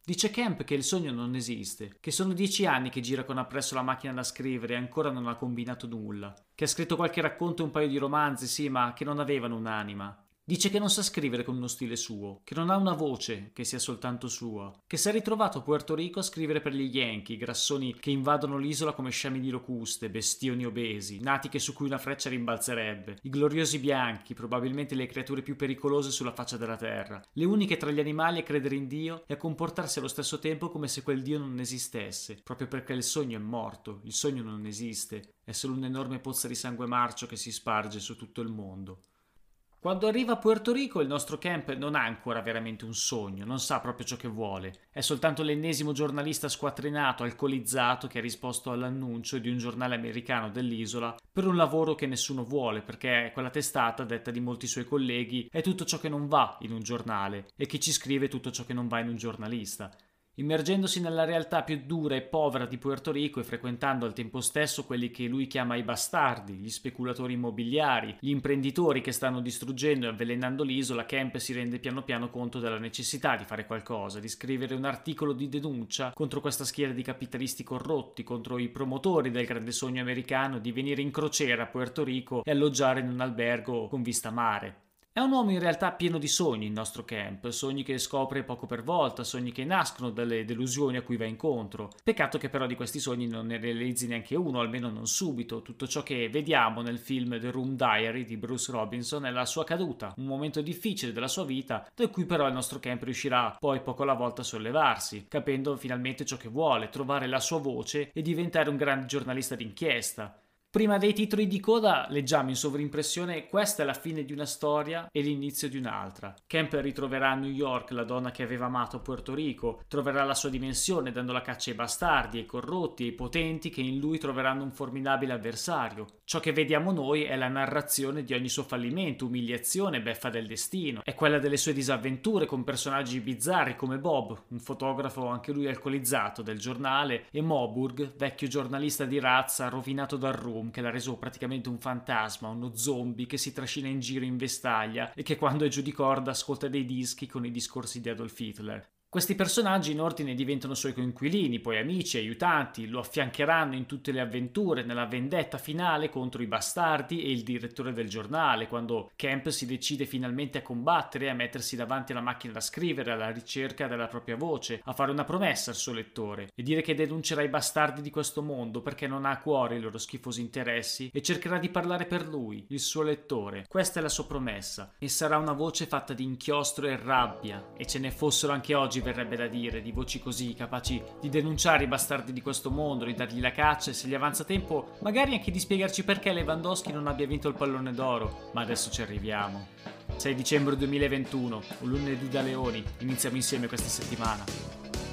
Dice Kemp che il sogno non esiste, che sono 10 anni che gira con appresso la macchina da scrivere e ancora non ha combinato nulla, che ha scritto qualche racconto e un paio di romanzi, sì, ma che non avevano un'anima. Dice che non sa scrivere con uno stile suo, che non ha una voce che sia soltanto sua, che si è ritrovato a Puerto Rico a scrivere per gli Yankee, grassoni che invadono l'isola come sciami di locuste, bestioni obesi, natiche su cui una freccia rimbalzerebbe, i gloriosi bianchi, probabilmente le creature più pericolose sulla faccia della terra, le uniche tra gli animali a credere in Dio e a comportarsi allo stesso tempo come se quel Dio non esistesse, proprio perché il sogno è morto, il sogno non esiste, è solo un'enorme pozza di sangue marcio che si sparge su tutto il mondo. Quando arriva a Puerto Rico il nostro Camp non ha ancora veramente un sogno, non sa proprio ciò che vuole. È soltanto l'ennesimo giornalista squattrinato, alcolizzato, che ha risposto all'annuncio di un giornale americano dell'isola per un lavoro che nessuno vuole, perché quella testata, detta di molti suoi colleghi, è tutto ciò che non va in un giornale e chi ci scrive tutto ciò che non va in un giornalista. Immergendosi nella realtà più dura e povera di Puerto Rico e frequentando al tempo stesso quelli che lui chiama i bastardi, gli speculatori immobiliari, gli imprenditori che stanno distruggendo e avvelenando l'isola, Kemp si rende piano piano conto della necessità di fare qualcosa, di scrivere un articolo di denuncia contro questa schiera di capitalisti corrotti, contro i promotori del grande sogno americano di venire in crociera a Puerto Rico e alloggiare in un albergo con vista mare. È un uomo in realtà pieno di sogni, il nostro Camp, sogni che scopre poco per volta, sogni che nascono dalle delusioni a cui va incontro. Peccato che però di questi sogni non ne realizzi neanche uno, almeno non subito. Tutto ciò che vediamo nel film The Room Diary di Bruce Robinson è la sua caduta, un momento difficile della sua vita, da cui però il nostro Camp riuscirà poi poco alla volta a sollevarsi, capendo finalmente ciò che vuole, trovare la sua voce e diventare un grande giornalista d'inchiesta. Prima dei titoli di coda leggiamo in sovrimpressione: questa è la fine di una storia e l'inizio di un'altra. Kemp ritroverà a New York la donna che aveva amato a Puerto Rico, troverà la sua dimensione dando la caccia ai bastardi, ai corrotti, ai potenti che in lui troveranno un formidabile avversario. Ciò che vediamo noi è la narrazione di ogni suo fallimento, umiliazione, beffa del destino. È quella delle sue disavventure con personaggi bizzarri come Bob, un fotografo anche lui alcolizzato del giornale, e Moburg, vecchio giornalista di razza rovinato dal rum che l'ha reso praticamente un fantasma, uno zombie che si trascina in giro in vestaglia e che quando è giù di corda ascolta dei dischi con i discorsi di Adolf Hitler. Questi personaggi in ordine diventano suoi coinquilini, poi amici, aiutanti, lo affiancheranno in tutte le avventure, nella vendetta finale contro i bastardi e il direttore del giornale, quando Kemp si decide finalmente a combattere e a mettersi davanti alla macchina da scrivere alla ricerca della propria voce, a fare una promessa al suo lettore e dire che denuncerà i bastardi di questo mondo perché non ha a cuore i loro schifosi interessi e cercherà di parlare per lui, il suo lettore. Questa è la sua promessa e sarà una voce fatta di inchiostro e rabbia, e ce ne fossero anche oggi, verrebbe da dire, di voci così, capaci di denunciare i bastardi di questo mondo, di dargli la caccia e, se gli avanza tempo, magari anche di spiegarci perché Lewandowski non abbia vinto il pallone d'oro. Ma adesso ci arriviamo. 6 dicembre 2021, un lunedì da leoni, iniziamo insieme questa settimana.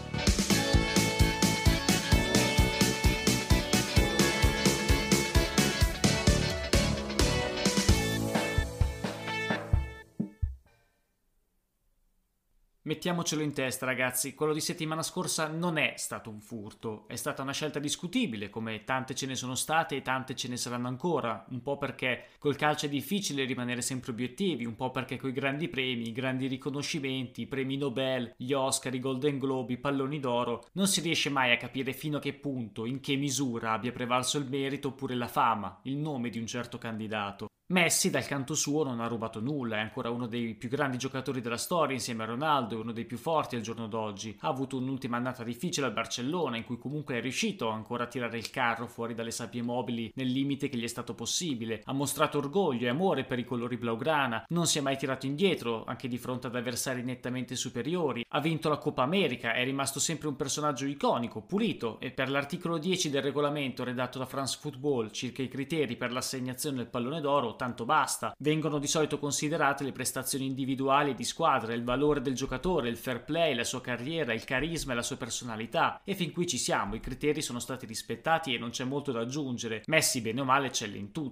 Mettiamocelo in testa, ragazzi, quello di settimana scorsa non è stato un furto, è stata una scelta discutibile, come tante ce ne sono state e tante ce ne saranno ancora, un po' perché col calcio è difficile rimanere sempre obiettivi, un po' perché coi grandi premi, i grandi riconoscimenti, i premi Nobel, gli Oscar, i Golden Globe, i palloni d'oro, non si riesce mai a capire fino a che punto, in che misura abbia prevalso il merito oppure la fama, il nome di un certo candidato. Messi dal canto suo non ha rubato nulla, è ancora uno dei più grandi giocatori della storia insieme a Ronaldo, è uno dei più forti al giorno d'oggi. Ha avuto un'ultima annata difficile al Barcellona in cui comunque è riuscito ancora a tirare il carro fuori dalle sabbie mobili nel limite che gli è stato possibile. Ha mostrato orgoglio e amore per i colori blaugrana, non si è mai tirato indietro anche di fronte ad avversari nettamente superiori. Ha vinto la Coppa America, è rimasto sempre un personaggio iconico, pulito, e per l'articolo 10 del regolamento redatto da France Football circa i criteri per l'assegnazione del pallone d'oro, tanto basta. Vengono di solito considerate le prestazioni individuali e di squadra, il valore del giocatore, il fair play, la sua carriera, il carisma e la sua personalità. E fin qui ci siamo, i criteri sono stati rispettati e non c'è molto da aggiungere. Messi bene o male eccelle in tutti.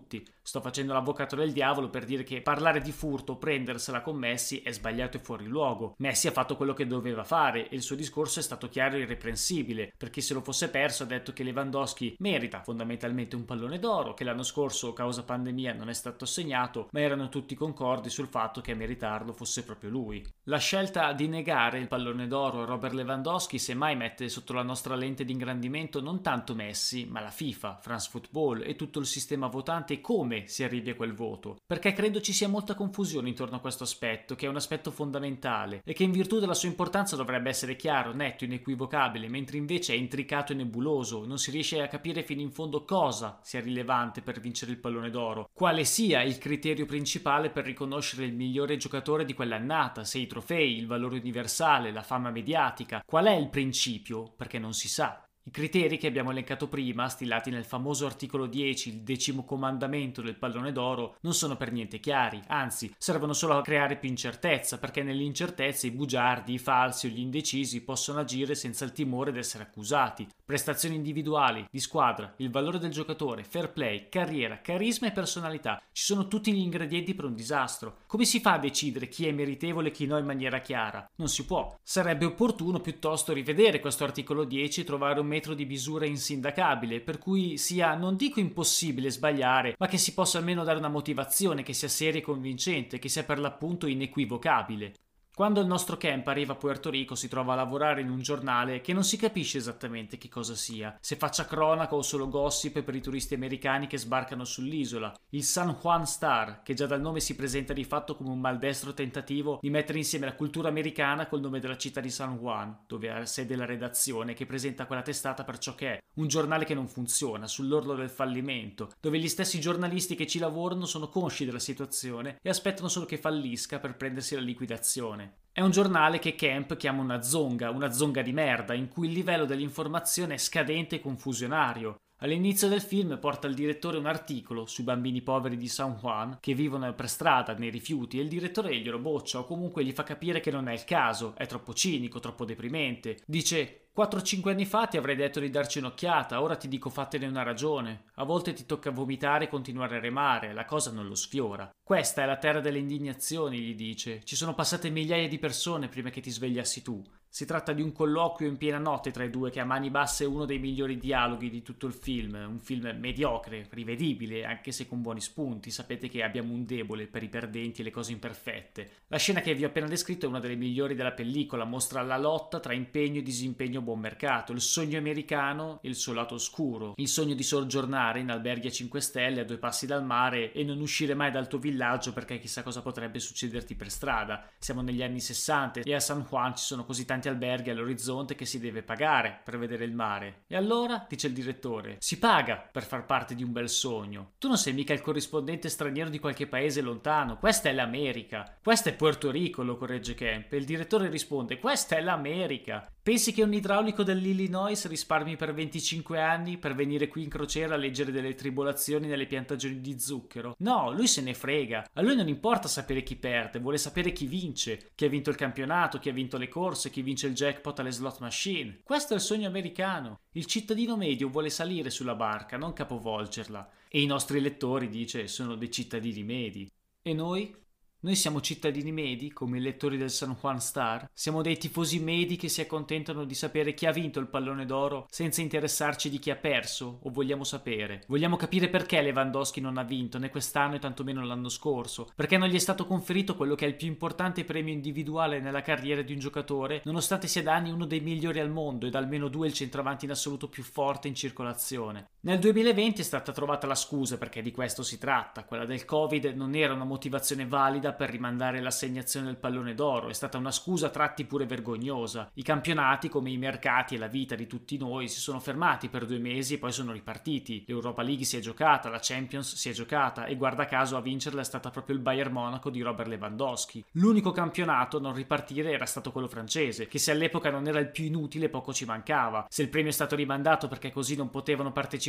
Sto facendo l'avvocato del diavolo per dire che parlare di furto o prendersela con Messi è sbagliato e fuori luogo. Messi ha fatto quello che doveva fare e il suo discorso è stato chiaro e irreprensibile. Per chi se lo fosse perso ha detto che Lewandowski merita fondamentalmente un pallone d'oro, che l'anno scorso causa pandemia non è stato assegnato, ma erano tutti concordi sul fatto che a meritarlo fosse proprio lui. La scelta di negare il pallone d'oro a Robert Lewandowski semmai mette sotto la nostra lente di ingrandimento non tanto Messi, ma la FIFA, France Football e tutto il sistema votante e come si arrivi a quel voto, perché credo ci sia molta confusione intorno a questo aspetto, che è un aspetto fondamentale e che in virtù della sua importanza dovrebbe essere chiaro, netto, inequivocabile, mentre invece è intricato e nebuloso, non si riesce a capire fino in fondo cosa sia rilevante per vincere il pallone d'oro, quale sia il criterio principale per riconoscere il migliore giocatore di quell'annata, se i trofei, il valore universale, la fama mediatica, qual è il principio, perché non si sa. I criteri che abbiamo elencato prima, stilati nel famoso articolo 10, il 10° comandamento del pallone d'oro, non sono per niente chiari, anzi, servono solo a creare più incertezza, perché nell'incertezza i bugiardi, i falsi o gli indecisi possono agire senza il timore di essere accusati. Prestazioni individuali, di squadra, il valore del giocatore, fair play, carriera, carisma e personalità, ci sono tutti gli ingredienti per un disastro. Come si fa a decidere chi è meritevole e chi no in maniera chiara? Non si può. Sarebbe opportuno piuttosto rivedere questo articolo 10 e trovare un metro di misura insindacabile, per cui sia, non dico impossibile sbagliare, ma che si possa almeno dare una motivazione che sia seria e convincente, che sia per l'appunto inequivocabile. Quando il nostro camp arriva a Puerto Rico si trova a lavorare in un giornale che non si capisce esattamente che cosa sia, se faccia cronaca o solo gossip per i turisti americani che sbarcano sull'isola. Il San Juan Star, che già dal nome si presenta di fatto come un maldestro tentativo di mettere insieme la cultura americana col nome della città di San Juan, dove ha sede la redazione, che presenta quella testata per ciò che è, un giornale che non funziona, sull'orlo del fallimento, dove gli stessi giornalisti che ci lavorano sono consci della situazione e aspettano solo che fallisca per prendersi la liquidazione. È un giornale che Camp chiama una zonga di merda, in cui il livello dell'informazione è scadente e confusionario. All'inizio del film porta il direttore un articolo sui bambini poveri di San Juan che vivono per strada nei rifiuti e il direttore glielo boccia o comunque gli fa capire che non è il caso, è troppo cinico, troppo deprimente. Dice: 4-5 anni fa ti avrei detto di darci un'occhiata, ora ti dico fattene una ragione. A volte ti tocca vomitare e continuare a remare, la cosa non lo sfiora. Questa è la terra delle indignazioni, gli dice. Ci sono passate migliaia di persone prima che ti svegliassi tu. Si tratta di un colloquio in piena notte tra i due che a mani basse è uno dei migliori dialoghi di tutto il film, un film mediocre, rivedibile, anche se con buoni spunti. Sapete che abbiamo un debole per i perdenti e le cose imperfette. La scena che vi ho appena descritto è una delle migliori della pellicola, mostra la lotta tra impegno e disimpegno a buon mercato, il sogno americano e il suo lato oscuro, il sogno di soggiornare in alberghi a 5 stelle a 2 passi dal mare e non uscire mai dal tuo villaggio perché chissà cosa potrebbe succederti per strada. Siamo negli anni 60 e a San Juan ci sono così tanti alberghi all'orizzonte che si deve pagare per vedere il mare. E allora, dice il direttore, si paga per far parte di un bel sogno. Tu non sei mica il corrispondente straniero di qualche paese lontano, questa è l'America. Questa è Puerto Rico, lo corregge Camp, e il direttore risponde: questa è l'America. Pensi che un idraulico dell'Illinois risparmi per 25 anni per venire qui in crociera a leggere delle tribolazioni nelle piantagioni di zucchero? No, lui se ne frega. A lui non importa sapere chi perde, vuole sapere chi vince, chi ha vinto il campionato, chi ha vinto le corse, chi vince il jackpot alle slot machine. Questo è il sogno americano. Il cittadino medio vuole salire sulla barca, non capovolgerla. E i nostri lettori, dice, sono dei cittadini medi. E noi? Noi siamo cittadini medi, come i lettori del San Juan Star? Siamo dei tifosi medi che si accontentano di sapere chi ha vinto il pallone d'oro senza interessarci di chi ha perso? O vogliamo sapere? Vogliamo capire perché Lewandowski non ha vinto né quest'anno e tantomeno l'anno scorso? Perché non gli è stato conferito quello che è il più importante premio individuale nella carriera di un giocatore, nonostante sia da anni uno dei migliori al mondo ed almeno 2 il centravanti in assoluto più forte in circolazione. Nel 2020 è stata trovata la scusa, perché di questo si tratta. Quella del Covid non era una motivazione valida per rimandare l'assegnazione del pallone d'oro, è stata una scusa a tratti pure vergognosa. I campionati, come i mercati e la vita di tutti noi, si sono fermati per 2 mesi e poi sono ripartiti. L'Europa League si è giocata, la Champions si è giocata e guarda caso a vincerla è stata proprio il Bayern Monaco di Robert Lewandowski. L'unico campionato a non ripartire era stato quello francese, che se all'epoca non era il più inutile poco ci mancava. Se il premio è stato rimandato perché così non potevano partecipare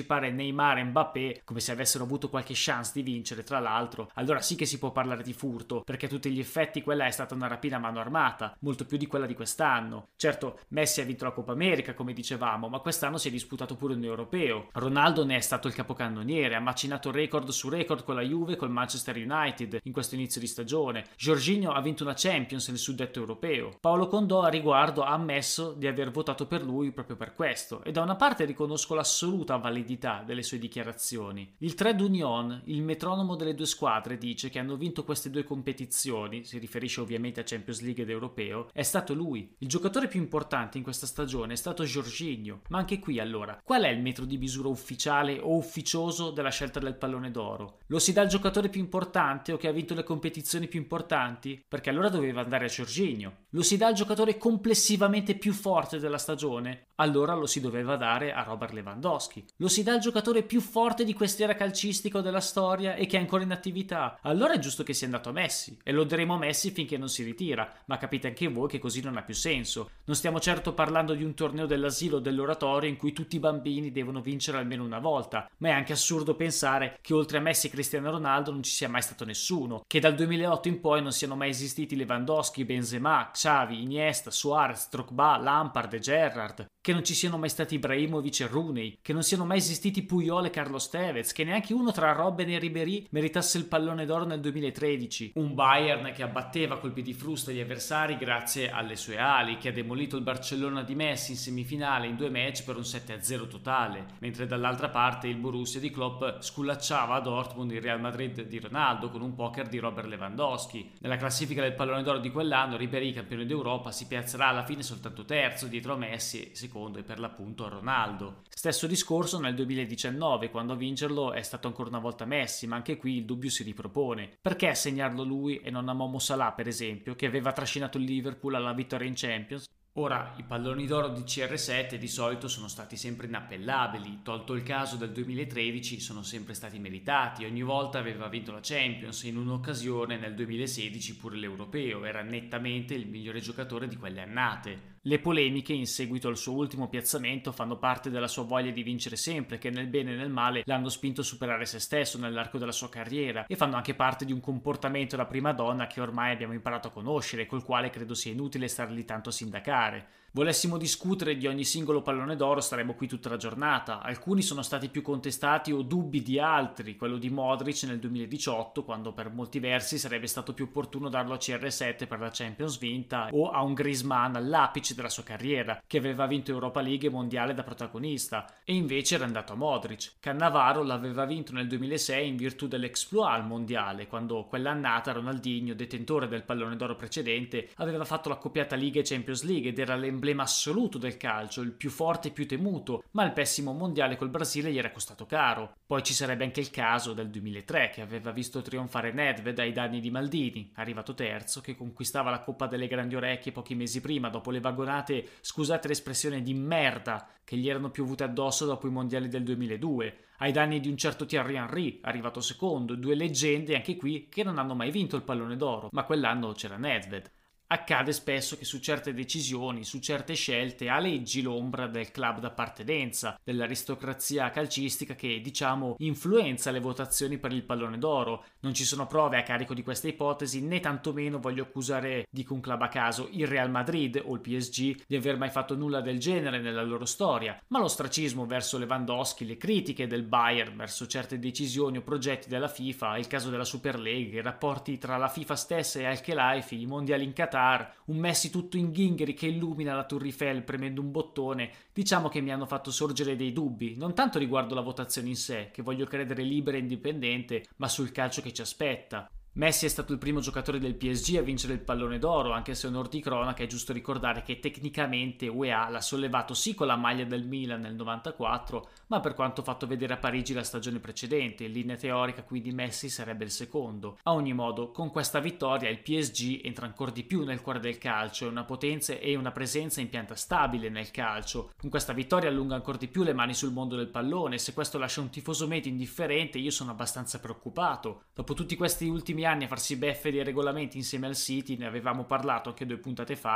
partecipare Neymar e Mbappé, come se avessero avuto qualche chance di vincere, tra l'altro, allora sì che si può parlare di furto, perché a tutti gli effetti quella è stata una rapina a mano armata, molto più di quella di quest'anno. Certo, Messi ha vinto la Coppa America, come dicevamo, ma quest'anno si è disputato pure un europeo. Ronaldo ne è stato il capocannoniere, ha macinato record su record con la Juve e col Manchester United in questo inizio di stagione. Jorginho ha vinto una Champions nel suddetto europeo. Paolo Condò a riguardo ha ammesso di aver votato per lui proprio per questo, e da una parte riconosco l'assoluta validità delle sue dichiarazioni. Il Trade Union, il metronomo delle due squadre, dice che hanno vinto queste due competizioni, si riferisce ovviamente a Champions League ed europeo, è stato lui. Il giocatore più importante in questa stagione è stato Jorginho, ma anche qui allora, qual è il metro di misura ufficiale o ufficioso della scelta del pallone d'oro? Lo si dà al giocatore più importante o che ha vinto le competizioni più importanti? Perché allora doveva andare a Jorginho. Lo si dà al giocatore complessivamente più forte della stagione? Allora lo si doveva dare a Robert Lewandowski. Lo si dà al giocatore più forte di quest'era calcistica o della storia e che è ancora in attività? Allora è giusto che sia andato a Messi, e loderemo Messi finché non si ritira, ma capite anche voi che così non ha più senso. Non stiamo certo parlando di un torneo dell'asilo o dell'oratorio in cui tutti i bambini devono vincere almeno una volta, ma è anche assurdo pensare che oltre a Messi e Cristiano Ronaldo non ci sia mai stato nessuno, che dal 2008 in poi non siano mai esistiti Lewandowski, Benzema, Xavi, Iniesta, Suarez, Drogba, Lampard e Gerrard, che non ci siano mai stati Ibrahimovic e Rooney, che non siano mai esistiti Puyol e Carlos Tevez, che neanche uno tra Robben e Ribéry meritasse il pallone d'oro nel 2013. Un Bayern che abbatteva a colpi di frusta gli avversari grazie alle sue ali, che ha demolito il Barcellona di Messi in semifinale in 2 match per un 7-0 totale, mentre dall'altra parte il Borussia di Klopp sculacciava a Dortmund il Real Madrid di Ronaldo con un poker di Robert Lewandowski. Nella classifica del pallone d'oro di quell'anno Ribéry, campione d'Europa, si piazzerà alla fine soltanto terzo dietro a Messi, secondo e per l'appunto a Ronaldo. Stesso discorso nel 2019, quando a vincerlo è stato ancora una volta Messi, ma anche qui il dubbio si ripropone. Perché assegnarlo lui e non a Momo Salah, per esempio, che aveva trascinato il Liverpool alla vittoria in Champions? Ora, i palloni d'oro di CR7 di solito sono stati sempre inappellabili, tolto il caso del 2013 sono sempre stati meritati, ogni volta aveva vinto la Champions e in un'occasione nel 2016 pure l'Europeo, era nettamente il migliore giocatore di quelle annate. Le polemiche in seguito al suo ultimo piazzamento fanno parte della sua voglia di vincere sempre, che nel bene e nel male l'hanno spinto a superare se stesso nell'arco della sua carriera, e fanno anche parte di un comportamento da prima donna che ormai abbiamo imparato a conoscere e col quale credo sia inutile star lì tanto a sindacare. Volessimo discutere di ogni singolo pallone d'oro staremmo qui tutta la giornata. Alcuni sono stati più contestati o dubbi di altri, quello di Modric nel 2018, quando per molti versi sarebbe stato più opportuno darlo a CR7 per la Champions vinta, o a un Griezmann all'apice della sua carriera, che aveva vinto Europa League e Mondiale da protagonista, e invece era andato a Modric. Cannavaro l'aveva vinto nel 2006 in virtù dell'exploit al Mondiale, quando quell'annata Ronaldinho, detentore del pallone d'oro precedente, aveva fatto l'accoppiata Liga e Champions League ed era l'emblema assoluto del calcio, il più forte e più temuto, ma il pessimo mondiale col Brasile gli era costato caro. Poi ci sarebbe anche il caso del 2003, che aveva visto trionfare Nedved ai danni di Maldini, arrivato terzo, che conquistava la Coppa delle Grandi Orecchie pochi mesi prima, dopo le vagonate, scusate l'espressione, di merda che gli erano piovute addosso dopo i mondiali del 2002, ai danni di un certo Thierry Henry, arrivato secondo, due leggende anche qui che non hanno mai vinto il pallone d'oro, ma quell'anno c'era Nedved. Accade spesso che su certe decisioni, su certe scelte, aleggi l'ombra del club d'appartenenza, dell'aristocrazia calcistica che, diciamo, influenza le votazioni per il pallone d'oro. Non ci sono prove a carico di questa ipotesi, né tantomeno voglio accusare, dico un club a caso, il Real Madrid o il PSG di aver mai fatto nulla del genere nella loro storia, ma l'ostracismo verso Lewandowski, le critiche del Bayern verso certe decisioni o progetti della FIFA, il caso della Super League, i rapporti tra la FIFA stessa e Al-Khelaifi, i mondiali in Qatar, un Messi tutto in ghingheri che illumina la Tour Eiffel premendo un bottone, diciamo che mi hanno fatto sorgere dei dubbi, non tanto riguardo la votazione in sé, che voglio credere libera e indipendente, ma sul calcio che ci aspetta. Messi è stato il primo giocatore del PSG a vincere il pallone d'oro, anche se onor di cronaca è giusto ricordare che tecnicamente UEA l'ha sollevato sì con la maglia del Milan nel 94, ma per quanto fatto vedere a Parigi la stagione precedente, in linea teorica quindi Messi sarebbe il secondo. A ogni modo, con questa vittoria il PSG entra ancora di più nel cuore del calcio, è una potenza e una presenza in pianta stabile nel calcio. Con questa vittoria allunga ancora di più le mani sul mondo del pallone, se questo lascia un tifoso medio indifferente io sono abbastanza preoccupato. Dopo tutti questi ultimi anni a farsi beffe dei regolamenti insieme al City, ne avevamo parlato anche 2 puntate fa,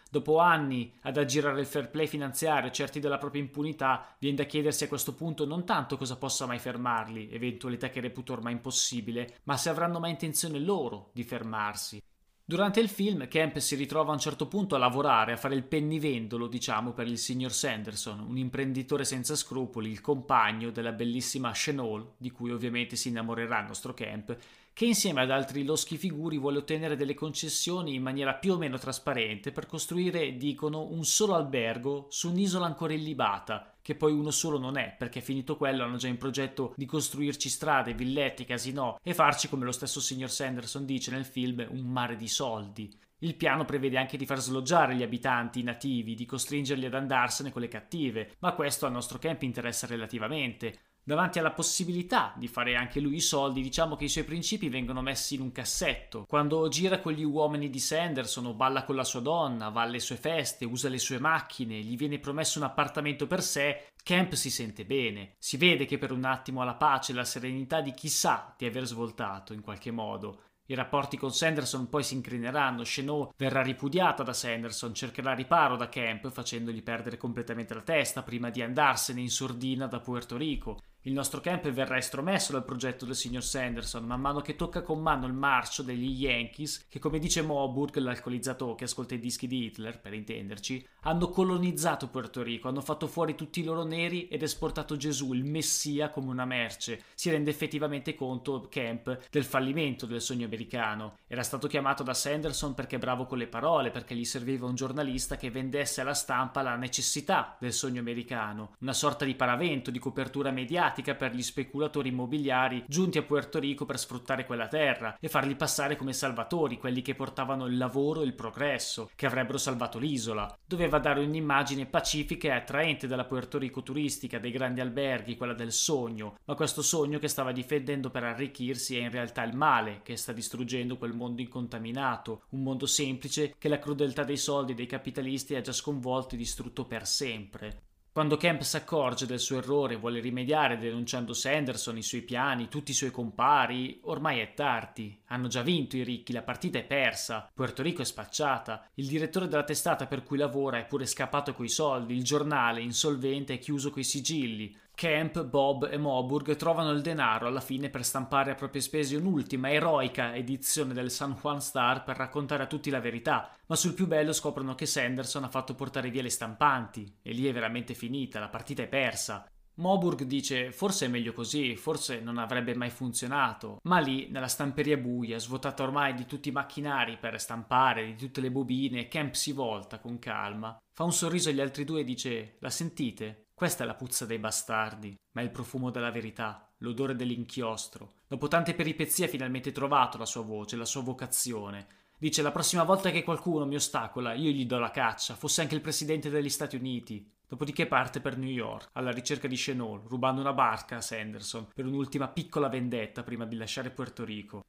Dopo anni ad aggirare il fair play finanziario, certi della propria impunità, viene da chiedersi a questo punto non tanto cosa possa mai fermarli, eventualità che reputo ormai impossibile, ma se avranno mai intenzione loro di fermarsi. Durante il film, Kemp si ritrova a un certo punto a lavorare, a fare il pennivendolo, diciamo, per il signor Sanderson, un imprenditore senza scrupoli, il compagno della bellissima Chenol, di cui ovviamente si innamorerà il nostro Kemp, che insieme ad altri loschi figuri vuole ottenere delle concessioni in maniera più o meno trasparente per costruire, dicono, un solo albergo su un'isola ancora illibata, che poi uno solo non è, perché finito quello hanno già in progetto di costruirci strade, villette, casinò e farci, come lo stesso signor Sanderson dice nel film, un mare di soldi. Il piano prevede anche di far sloggiare gli abitanti nativi, di costringerli ad andarsene con le cattive, ma questo al nostro camp interessa relativamente. Davanti alla possibilità di fare anche lui i soldi, diciamo che i suoi principi vengono messi in un cassetto. Quando gira con gli uomini di Sanderson o balla con la sua donna, va alle sue feste, usa le sue macchine, gli viene promesso un appartamento per sé, Kemp si sente bene. Si vede che per un attimo ha la pace e la serenità di chi sa di aver svoltato in qualche modo. I rapporti con Sanderson poi si incrineranno, Chenot verrà ripudiata da Sanderson, cercherà riparo da Kemp facendogli perdere completamente la testa prima di andarsene in sordina da Puerto Rico. Il nostro camp verrà estromesso dal progetto del signor Sanderson man mano che tocca con mano il marcio degli Yankees che, come dice Moburg, l'alcolizzato che ascolta i dischi di Hitler, per intenderci, hanno colonizzato Puerto Rico, hanno fatto fuori tutti i loro neri ed esportato Gesù, il Messia, come una merce. Si rende effettivamente conto Kemp del fallimento del sogno americano. Era stato chiamato da Sanderson perché è bravo con le parole, perché gli serviva un giornalista che vendesse alla stampa la necessità del sogno americano, una sorta di paravento, di copertura mediatica per gli speculatori immobiliari giunti a Puerto Rico per sfruttare quella terra e farli passare come salvatori, quelli che portavano il lavoro e il progresso, che avrebbero salvato l'isola. Doveva dare un'immagine pacifica e attraente della Puerto Rico turistica, dei grandi alberghi, quella del sogno, ma questo sogno che stava difendendo per arricchirsi è in realtà il male che sta distruggendo quel mondo incontaminato, un mondo semplice che la crudeltà dei soldi dei capitalisti ha già sconvolto e distrutto per sempre. Quando Kemp si accorge del suo errore e vuole rimediare denunciando Sanderson, i suoi piani, tutti i suoi compari, ormai è tardi. Hanno già vinto i ricchi, la partita è persa, Puerto Rico è spacciata, il direttore della testata per cui lavora è pure scappato coi soldi, il giornale, insolvente, è chiuso coi sigilli. Kemp, Bob e Moburg trovano il denaro alla fine per stampare a proprie spese un'ultima eroica edizione del San Juan Star per raccontare a tutti la verità, ma sul più bello scoprono che Sanderson ha fatto portare via le stampanti e lì è veramente finita, la partita è persa. Moburg dice forse è meglio così, forse non avrebbe mai funzionato, ma lì, nella stamperia buia, svuotata ormai di tutti i macchinari per stampare, di tutte le bobine, Kemp si volta con calma, fa un sorriso agli altri due e dice «La sentite? Questa è la puzza dei bastardi, ma è il profumo della verità, l'odore dell'inchiostro. Dopo tante peripezie ha finalmente trovato la sua voce, la sua vocazione». Dice la prossima volta che qualcuno mi ostacola io gli do la caccia, fosse anche il presidente degli Stati Uniti. Dopodiché parte per New York, alla ricerca di Chenol, rubando una barca a Sanderson per un'ultima piccola vendetta prima di lasciare Puerto Rico.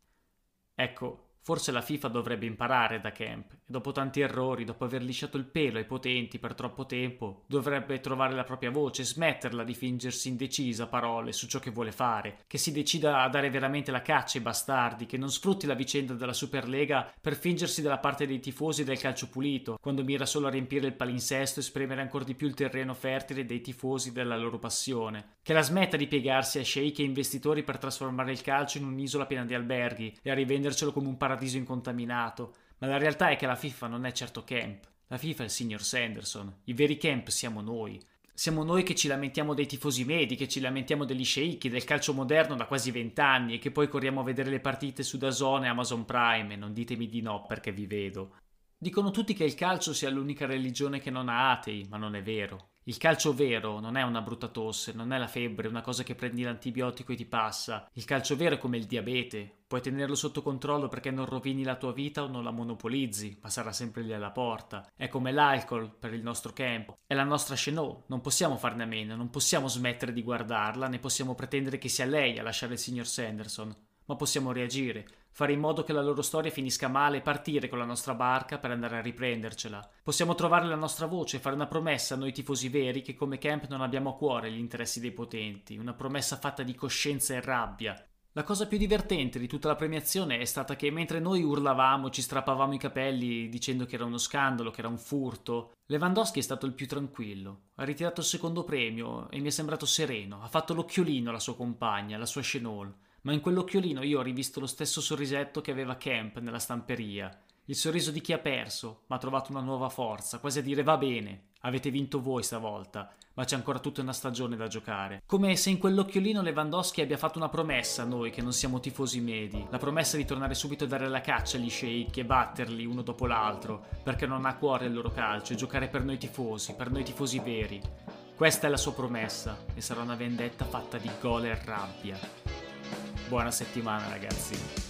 Ecco, forse la FIFA dovrebbe imparare da Kemp e dopo tanti errori, dopo aver lisciato il pelo ai potenti per troppo tempo, dovrebbe trovare la propria voce, smetterla di fingersi indecisa a parole su ciò che vuole fare, che si decida a dare veramente la caccia ai bastardi, che non sfrutti la vicenda della Superlega per fingersi dalla parte dei tifosi del calcio pulito, quando mira solo a riempire il palinsesto e spremere ancora di più il terreno fertile dei tifosi della loro passione, che la smetta di piegarsi a sceicchi e investitori per trasformare il calcio in un'isola piena di alberghi e a rivendercelo come un paradiso incontaminato, ma la realtà è che la FIFA non è certo Kemp, la FIFA è il signor Sanderson, i veri Kemp siamo noi. Siamo noi che ci lamentiamo dei tifosi medi, che ci lamentiamo degli sceicchi, del calcio moderno da quasi 20 anni e che poi corriamo a vedere le partite su DAZN e Amazon Prime e non ditemi di no perché vi vedo. Dicono tutti che il calcio sia l'unica religione che non ha atei, ma non è vero. Il calcio vero non è una brutta tosse, non è la febbre, una cosa che prendi l'antibiotico e ti passa. Il calcio vero è come il diabete. Puoi tenerlo sotto controllo perché non rovini la tua vita o non la monopolizzi, ma sarà sempre lì alla porta. È come l'alcol per il nostro campo. È la nostra Chenot, non possiamo farne a meno, non possiamo smettere di guardarla, né possiamo pretendere che sia lei a lasciare il signor Sanderson. Ma possiamo reagire, fare in modo che la loro storia finisca male e partire con la nostra barca per andare a riprendercela. Possiamo trovare la nostra voce e fare una promessa a noi tifosi veri che come Kemp non abbiamo a cuore gli interessi dei potenti, una promessa fatta di coscienza e rabbia. La cosa più divertente di tutta la premiazione è stata che mentre noi urlavamo, ci strappavamo i capelli dicendo che era uno scandalo, che era un furto, Lewandowski è stato il più tranquillo. Ha ritirato il secondo premio e mi è sembrato sereno. Ha fatto l'occhiolino alla sua compagna, la sua Chenol. Ma in quell'occhiolino io ho rivisto lo stesso sorrisetto che aveva Kemp nella stamperia. Il sorriso di chi ha perso, ma ha trovato una nuova forza, quasi a dire va bene, avete vinto voi stavolta, ma c'è ancora tutta una stagione da giocare. Come se in quell'occhiolino Lewandowski abbia fatto una promessa a noi che non siamo tifosi medi, la promessa di tornare subito a dare la caccia agli sceicchi e batterli uno dopo l'altro, perché non ha a cuore il loro calcio e giocare per noi tifosi veri. Questa è la sua promessa e sarà una vendetta fatta di gol e rabbia. Buona settimana ragazzi.